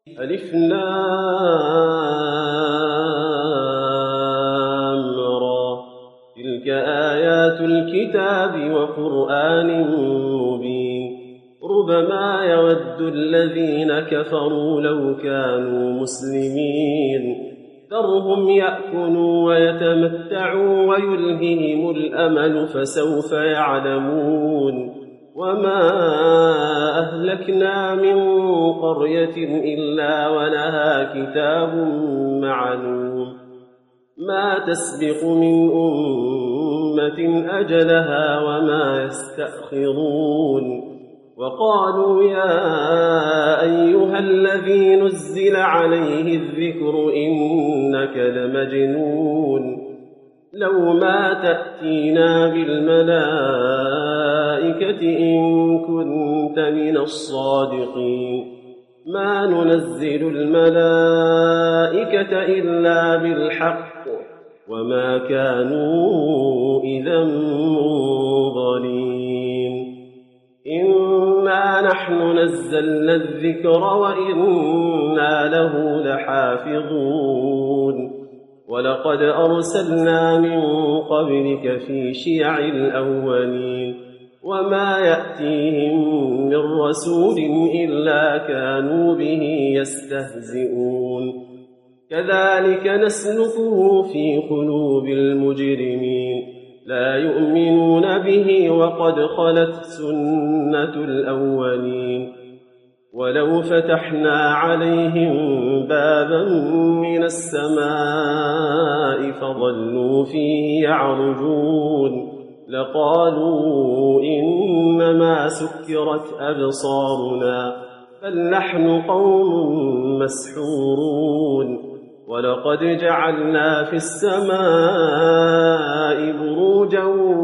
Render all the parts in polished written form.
ألف لام را تلك آيات الكتاب وقرآن مبين ربما يود الذين كفروا لو كانوا مسلمين ذرهم يأكلوا ويتمتعوا ويلههم الأمل فسوف يعلمون وما أهلكنا من قرية إلا ولها كتاب معلوم ما تسبق من أمة أجلها وما يستأخرون وقالوا يا أيها الذي نزل عليه الذكر إنك لمجنون لو ما تأتينا بالملائكة إن كنت من الصادقين ما ننزل الملائكة إلا بالحق وما كانوا إذا منظرين إنا نحن نزلنا الذكر وإنا له لحافظون ولقد أرسلنا من قبلك في شيع الأولين وما يأتيهم من رسول إلا كانوا به يستهزئون كذلك نسلكه في قلوب المجرمين لا يؤمنون به وقد خلت سنة الأولين ولو فتحنا عليهم بابا من السماء فظلوا فيه يعرجون لقالوا إنما سكرت أبصارنا بل نحن قوم مسحورون ولقد جعلنا في السماء بروجا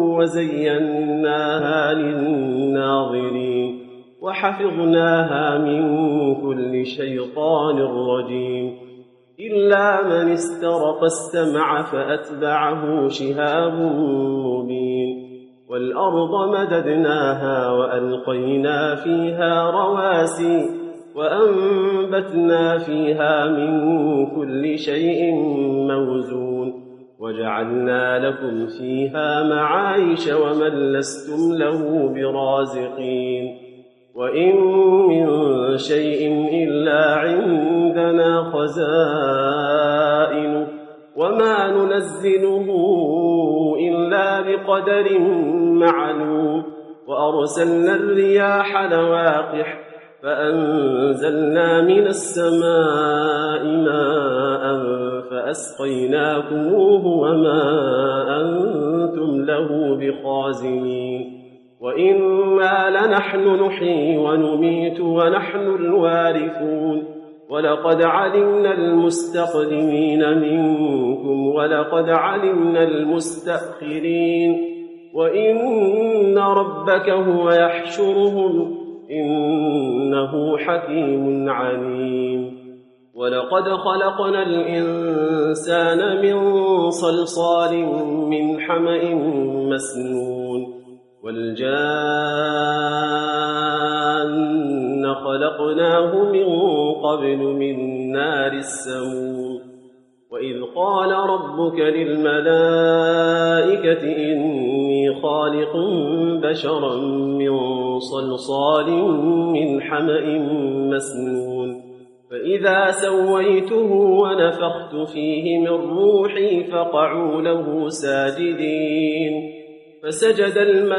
وزيناها للناظرين وحفظناها من كل شيطان رجيم إلا من استرق السمع فأتبعه شهاب مبين والأرض مددناها وألقينا فيها رواسي وأنبتنا فيها من كل شيء موزون وجعلنا لكم فيها معايش ومن لستم له برازقين وإن من شيء إلا عندنا خزائنه وما ننزله إلا بقدر معلوم وأرسلنا الرياح لواقح فأنزلنا من السماء ماء فأسقيناكموه وما أنتم له بخازنين وإنا لنحن نحيي ونميت ونحن الوارثون ولقد علمنا المستقدمين منكم ولقد علمنا المستأخرين وإن ربك هو يحشرهم إنه حكيم عليم ولقد خلقنا الإنسان من صلصال من حمأ مسنون والجان خلقناه من قبل من نار السموم وإذ قال ربك للملائكة إني خالق بشرا من صلصال من حمأ مسنون فإذا سويته ونفخت فيه من روحي فقعوا له ساجدين فسجد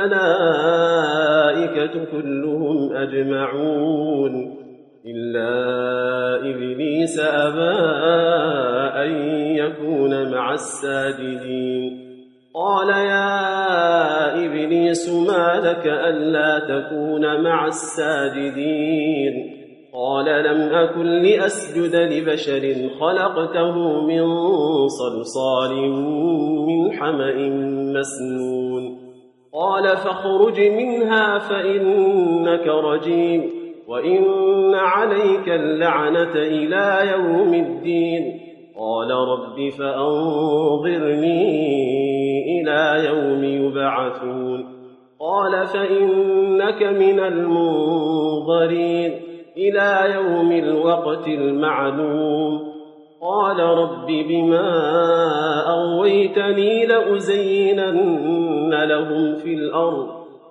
الملائكة كلهم أجمعون إلا إبليس أبى أن يكون مع الساجدين قال يا إبليس ما لك ألا تكون مع الساجدين قال لم أكن لأسجد لبشر خلقته من صلصال من حمأ مسنون قال فاخرج منها فإنك رجيم وإن عليك اللعنة إلى يوم الدين قال رب فأنظرني إلى يوم يبعثون قال فإنك من المنظرين إلى يوم الوقت المعلوم. قال رب بما أغويتني لأزينن لهم في الأرض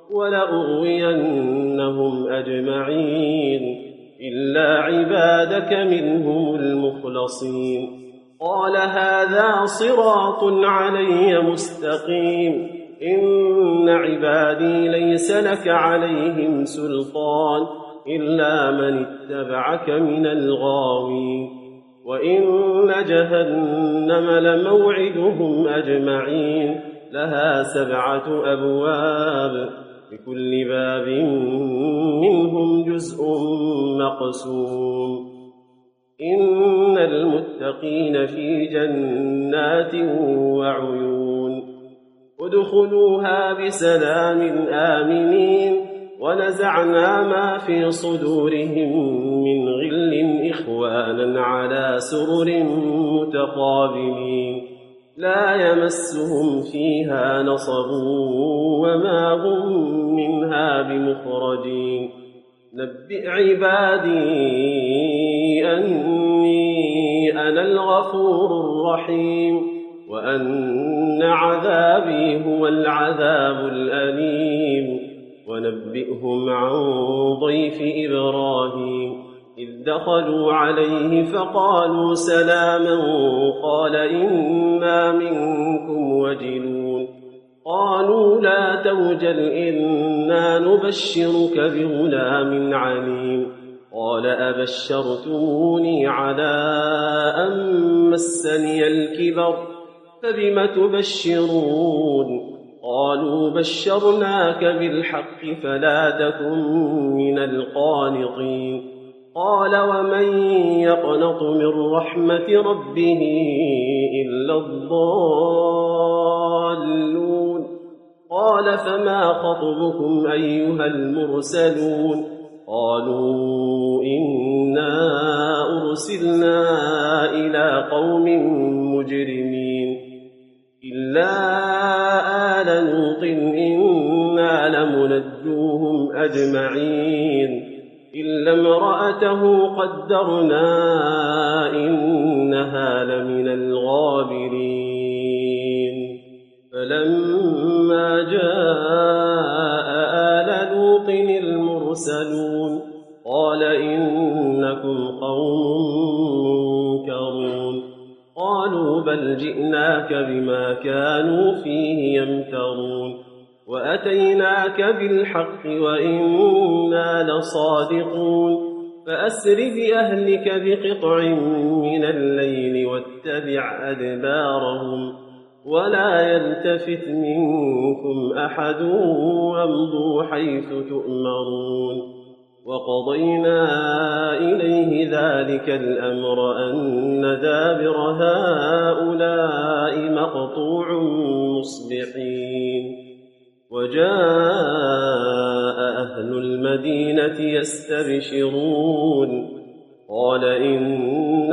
ولأغوينهم أجمعين إلا عبادك منهم المخلصين. قال هذا صراط علي مستقيم. إن عبادي ليس لك عليهم سلطان إلا من اتبعك من الغاوين. وإن جهنم لموعدهم أجمعين لها 7 أبواب لكل باب منهم جزء مقسوم. إن المتقين في جنات وعيون ادخلوها بسلام آمنين. ونزعنا ما في صدورهم من غل إخوانا على سرر متقابلين لا يمسهم فيها نصب وما هم منها بمخرجين. نبئ عبادي أني أنا الغفور الرحيم وأن عذابي هو العذاب الأليم. ونبئهم عن ضيف إبراهيم إذ دخلوا عليه فقالوا سلاما قال إنا منكم وجلون. قالوا لا توجل إنا نبشرك بغلام عليم. قال أبشرتموني على أن مسني الكبر فبم تبشرون. قالوا بشرناك بالحق فلا تكن من القانطين. قال ومن يقنط من رحمة ربه إلا الضالون. قال فما خطبكم أيها المرسلون. قالوا إنا أرسلنا إلى قوم مجرمين إلا آل لوط إنا لمنجوهم أجمعين إلا امرأته قدرنا إنها لمن الغابرين. فلما جاء آل لوط المرسلون قال إنكم قوم منكرون. قالوا بل جئناك بما كانوا فيه يمترون وأتيناك بالحق وإنا لصادقون. فأسر بأهلك بقطع من الليل واتبع أدبارهم ولا يلتفت منكم أحد وامضوا حيث تؤمرون. وقضينا إليه ذلك الأمر أن دابر هؤلاء مقطوع مصبحين. وجاء أهل المدينة يستبشرون قال إن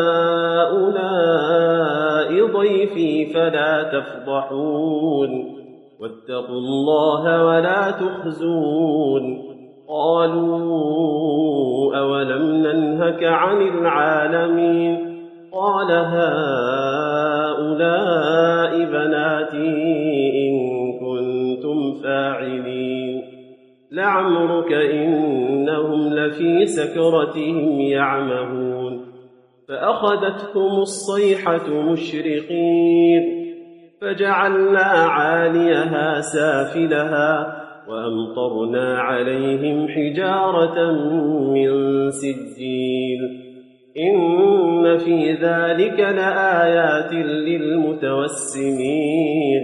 هؤلاء ضيفي فلا تفضحون واتقوا الله ولا تخزون. قالوا أولم ننهك عن العالمين. قال هؤلاء بناتي إن كنتم فاعلين. لعمرك إنهم لفي سكرتهم يعمهون. فأخذتهم الصيحة مشرقين فجعلنا عاليها سافلها وأمطرنا عليهم حجارة من سجيل. إن في ذلك لآيات للمتوسمين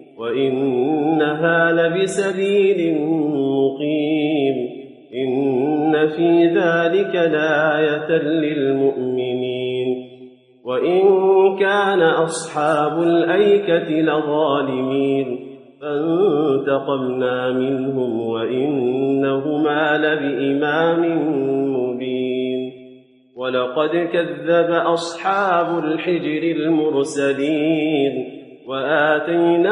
وإنها لبسبيل مقيم. إن في ذلك لآية للمؤمنين. وإن كان أصحاب الأيكة لظالمين فانتقمنا منهم وإنهما لبإمام مبين. ولقد كذب أصحاب الحجر المرسلين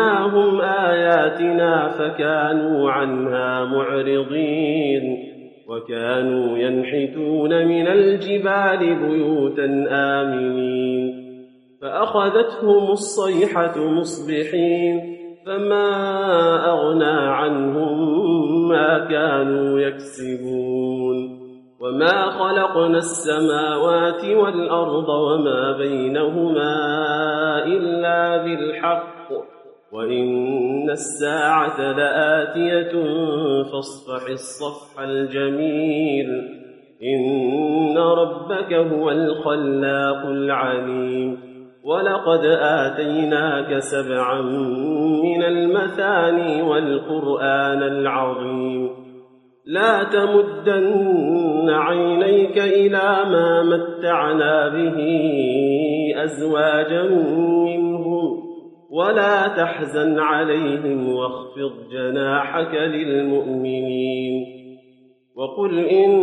وآتيناهم آياتنا فكانوا عنها معرضين. وكانوا ينحتون من الجبال بيوتا آمنين فأخذتهم الصيحة مصبحين فما أغنى عنهم ما كانوا يكسبون وما خلقنا السماوات والأرض وما بينهما إلا بالحق وإن الساعة لآتية فاصفح الصفح الجميل إن ربك هو الخلاق العليم ولقد آتيناك 7 من المثاني والقرآن العظيم لا تمدن عينيك إلى ما متعنا به أزواجا منهم ولا تحزن عليهم واخفض جناحك للمؤمنين وقل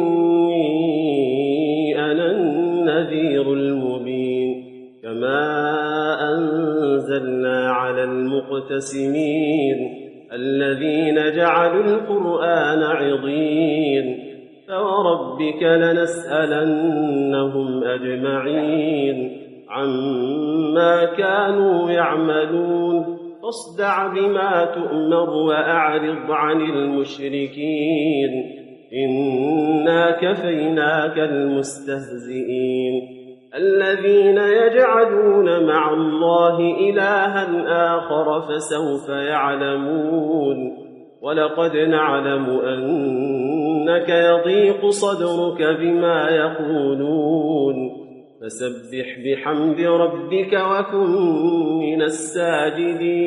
إني أنا النذير المبين كما أنزلنا على المقتسمين الذين جعلوا القرآن عضين فوربك لنسألنهم أجمعين عما كانوا يعملون فاصدع بما تؤمر وأعرض عن المشركين إنا كفيناك المستهزئين الذين يجعلون مع الله إلها آخر فسوف يعلمون ولقد نعلم أنك يضيق صدرك بما يقولون فسبح بحمد ربك وكن من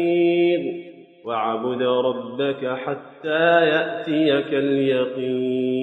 الساجدين واعبد ربك حتى يأتيك اليقين